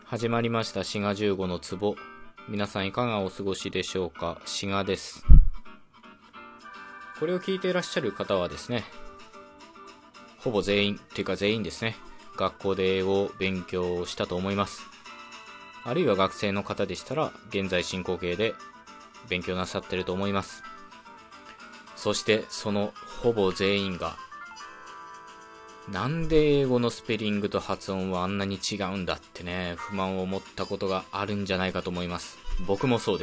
始まりました滋賀15の壺。皆さんいかがお過ごしでしょうか。滋賀です。これを聞いていらっしゃる方はですね、ほぼ全員というか全員ですね、学校で英語を勉強したと思います。あるいは学生の方でしたら現在進行形で勉強なさっていると思います。そしてそのほぼ全員が、なんで英語のスペリングと発音はあんなに違うんだってね、不満を持ったことがあるんじゃないかと思います。僕もそうです。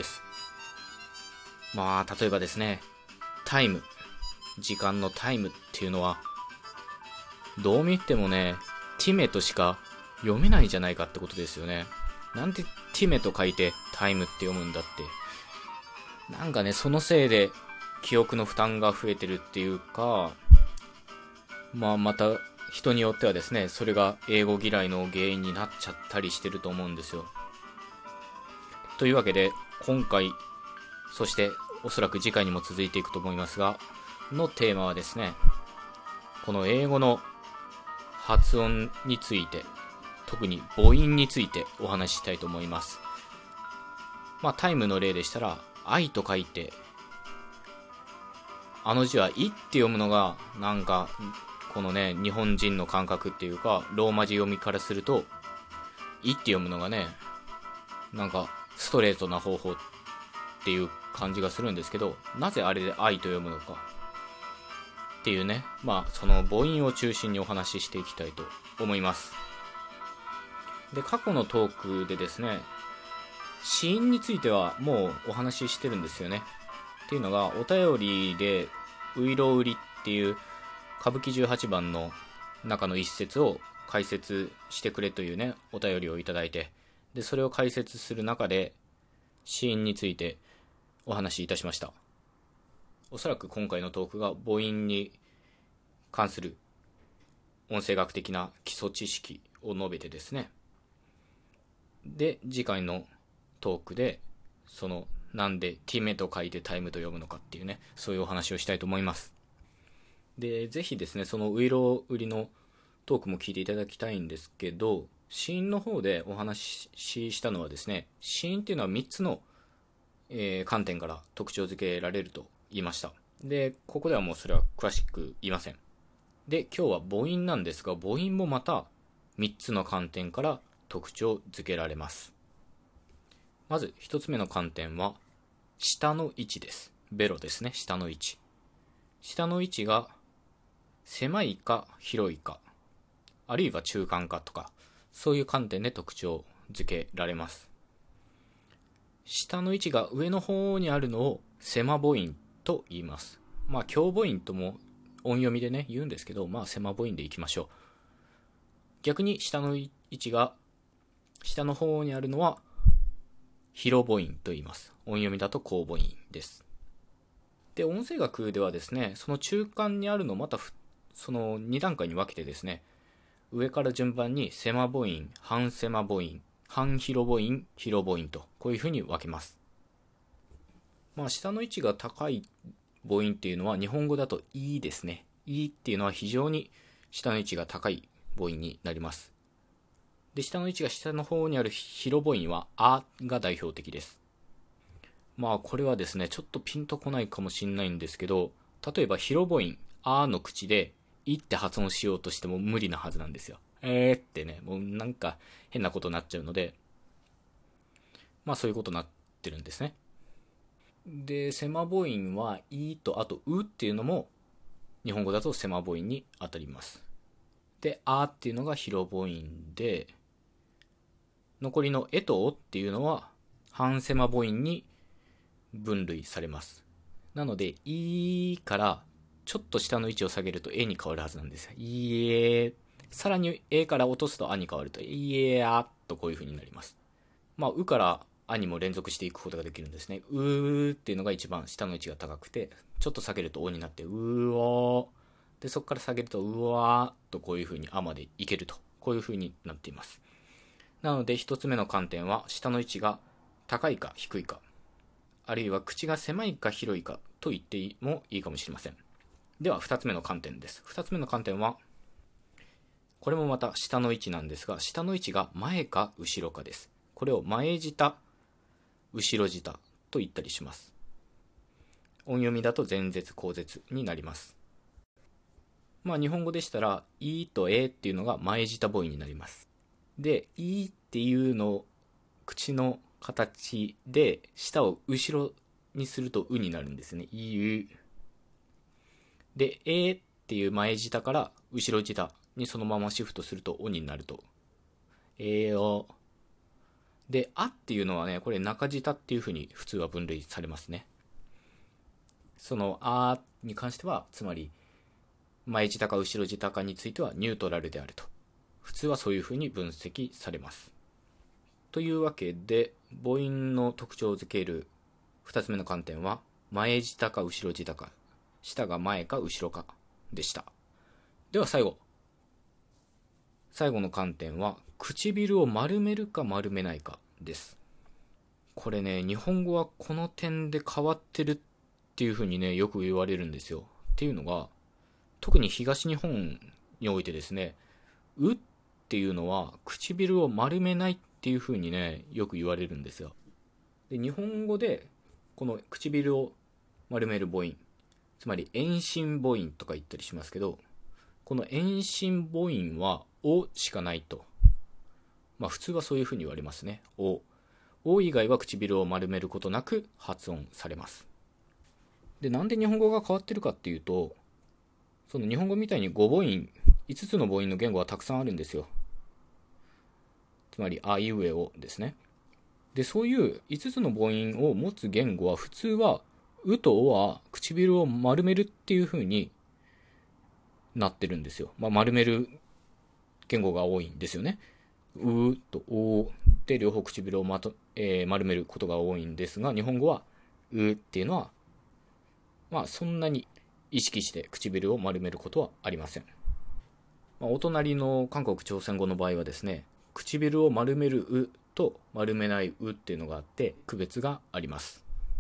例えばですね、タイム、時間のタイムっていうのはどう見てもね、ティメとしか読めないじゃないかってことですよね。なんでティメと書いてタイムって読むんだって。なんかね、そのせいで記憶の負担が増えてるっていうか、また人によってはですね、それが英語嫌いの原因になっちゃったりしてると思うんですよ。というわけで、今回、そしておそらく次回にも続いていくと思いますが、のテーマはですね、この英語の発音について、特に母音についてお話ししたいと思います。タイムの例でしたら、愛と書いて、あの字はいって読むのが、なんか、このね、日本人の感覚っていうか、ローマ字読みからすると、いって読むのがね、なんか、ストレートな方法っていう感じがするんですけど、なぜあれで愛と読むのかっていうね、その母音を中心にお話ししていきたいと思います。で、過去のトークでですね、子音についてはもうお話ししてるんですよね。っていうのが、お便りでういろうりっていう歌舞伎18番の中の一節を解説してくれというね、お便りをいただいて、でそれを解説する中で子音についてお話しいたしました。おそらく今回のトークが母音に関する音声学的な基礎知識を述べてですね、で次回のトークでそのなんでティメと書いてタイムと読むのかっていうね、そういうお話をしたいと思います。でぜひですね、そのういろうりのトークも聞いていただきたいんですけど、子音の方でお話ししたのはですね、子音っていうのは3つの、観点から特徴づけられると言いました。でここではもうそれは詳しく言いません。で今日は母音なんですが、母音もまた3つの観点から特徴づけられます。まず1つ目の観点は下の位置です。ベロですね。下の位置。下の位置が狭いか広いか、あるいは中間かとか、そういう観点で特徴づけられます。下の位置が上の方にあるのを狭母音と言います。強母音とも音読みでね言うんですけど、狭母音でいきましょう。逆に下の位置が下の方にあるのは広母音と言います。音読みだと高母音です。で音声学ではですね、その中間にあるのをまたその2段階に分けてですね、上から順番に狭母音、半狭母音、半広母音、広母音とこういうふうに分けます。下の位置が高い母音っていうのは日本語だといですね。いっていうのは非常に下の位置が高い母音になります。で下の位置が下の方にある広母音はあが代表的です。これはですね、ちょっとピンとこないかもしれないんですけど、例えば広母音あの口でいって発音しようとしても無理なはずなんですよ。ってね、もうなんか変なことになっちゃうので、そういうことになってるんですね。で狭母音はいとあとうっていうのも日本語だと狭母音に当たります。であっていうのが広母音で、残りのえとおっていうのは半狭母音に分類されます。なのでいからちょっと下の位置を下げるとえに変わるはずなんですよ。いえ、さらにえから落とすとあに変わるといえあとこういう風になります。うからあにも連続していくことができるんですね。うーっていうのが一番下の位置が高くて、ちょっと下げるとおになってうおで、そこから下げるとうわーとこういう風にあまでいけると、こういう風になっています。なので一つ目の観点は下の位置が高いか低いか、あるいは口が狭いか広いかと言ってもいいかもしれません。では2つ目の観点です。2つ目の観点はこれもまた下の位置なんですが、下の位置が前か後ろかです。これを前舌、後ろ舌と言ったりします。音読みだと前舌後舌になります。日本語でしたらいとえっていうのが前舌母音になります。で、いっていうの口の形で舌を後ろにするとうになるんですね。いうで、っていう前舌から後ろ舌にそのままシフトするとおになると、おで、あっていうのはね、これ中舌っていう風に普通は分類されますね。そのあに関しては、つまり前舌か後ろ舌かについてはニュートラルであると、普通はそういう風に分析されます。というわけで、母音の特徴を付ける2つ目の観点は、前舌か後ろ舌か、舌が前か後ろかでした。では最後の観点は、唇を丸めるか丸めないかです。これね、日本語はこの点で変わってるっていう風にね、よく言われるんですよ。っていうのが、特に東日本においてですね、うっていうのは唇を丸めないっていう風にね、よく言われるんですよ。で、日本語でこの唇を丸める母音、つまり遠心母音とか言ったりしますけど、この遠心母音はおしかないと。普通はそういう風に言われますね。お以外は唇を丸めることなく発音されます。で、なんで日本語が変わってるかっていうと、その日本語みたいに5母音、5つの母音の言語はたくさんあるんですよ。つまり、あいうえおですね。で、そういう5つの母音を持つ言語は普通は、うとおは唇を丸めるっていう風になってるんですよ。丸める言語が多いんですよね。うとおで両方唇を丸めることが多いんですが、日本語はうっていうのは、そんなに意識して唇を丸めることはありません。お隣の韓国朝鮮語の場合はですね、唇を丸めるうと丸めないうっていうのがあって区別があります。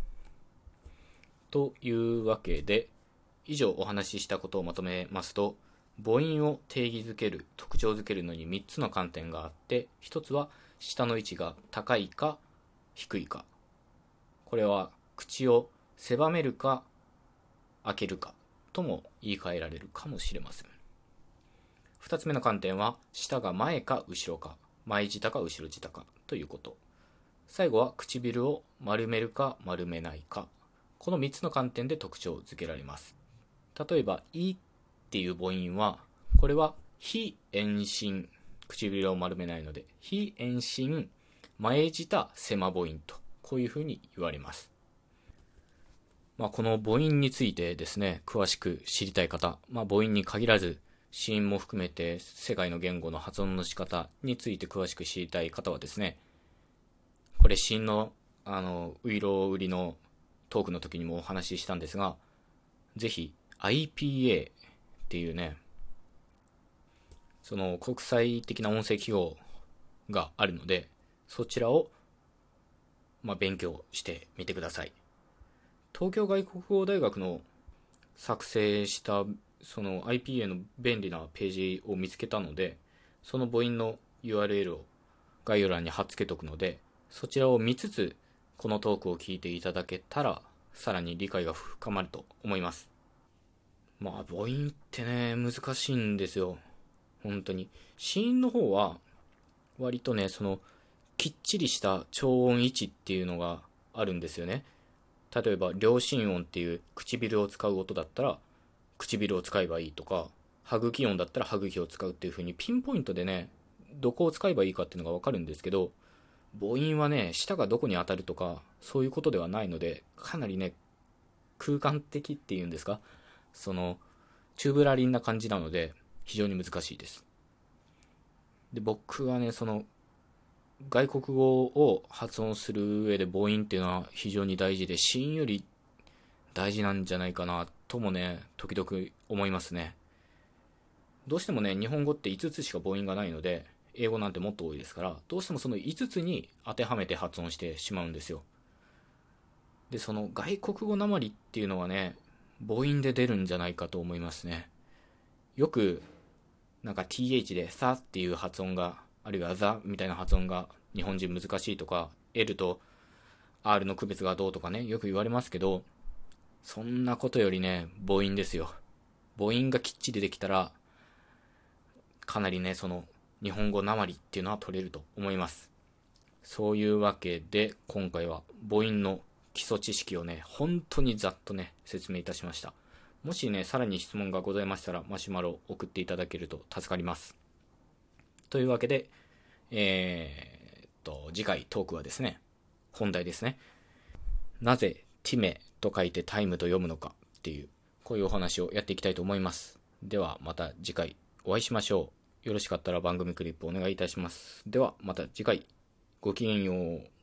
というわけで、以上お話ししたことをまとめますと、母音を定義づける、特徴づけるのに3つの観点があって、1つは下の位置が高いか低いか、これは口を狭めるか開けるかとも言い換えられるかもしれません。2つ目の観点は舌が前か後ろか、前舌か後ろ舌かということ。最後は唇を丸めるか丸めないか、この3つの観点で特徴づけられます。例えばいっていう母音は、これは非遠心、唇を丸めないので非遠心前舌狭母音と、こういうふうに言われます。この母音についてですね、詳しく知りたい方、母音に限らず子音も含めて世界の言語の発音の仕方について詳しく知りたい方はですね、これ子音のういろう売りのトークの時にもお話ししたんですが、ぜひ IPA っていうね、その国際的な音声記号があるので、そちらを勉強してみてください。東京外国語大学の作成したその IPA の便利なページを見つけたので、その母音の URL を概要欄に貼っつけとくので、そちらを見つつこのトークを聞いていただけたらさらに理解が深まると思います。母音ってね、難しいんですよ。本当に。子音の方は割とね、そのきっちりした超音位置っていうのがあるんですよね。例えば両心音っていう唇を使う音だったら唇を使えばいいとか、歯茎音だったら歯茎を使うっていう風にピンポイントでね、どこを使えばいいかっていうのがわかるんですけど、母音はね、舌がどこに当たるとかそういうことではないので、かなりね、空間的っていうんですか、そのチューブラリンな感じなので非常に難しいです。で、僕はね、その外国語を発音する上で母音っていうのは非常に大事で、子音より大事なんじゃないかなともね、時々思いますね。どうしてもね、日本語って5つしか母音がないので、英語なんてもっと多いですから、どうしてもその5つに当てはめて発音してしまうんですよ。で、その外国語なまりっていうのはね、母音で出るんじゃないかと思いますね。よくなんか th でさっていう発音が、あるいはザみたいな発音が日本人難しいとか、L と R の区別がどうとかね、よく言われますけど、そんなことよりね、母音ですよ。母音がきっちりできたら、かなりね、その日本語なまりっていうのは取れると思います。そういうわけで、今回は母音の基礎知識をね、本当にざっとね、説明いたしました。もしね、さらに質問がございましたら、マシュマロを送っていただけると助かります。というわけで、次回トークはですね、本題ですね。なぜティメと書いてタイムと読むのかっていう、こういうお話をやっていきたいと思います。ではまた次回お会いしましょう。よろしかったら番組クリップお願いいたします。ではまた次回、ごきげんよう。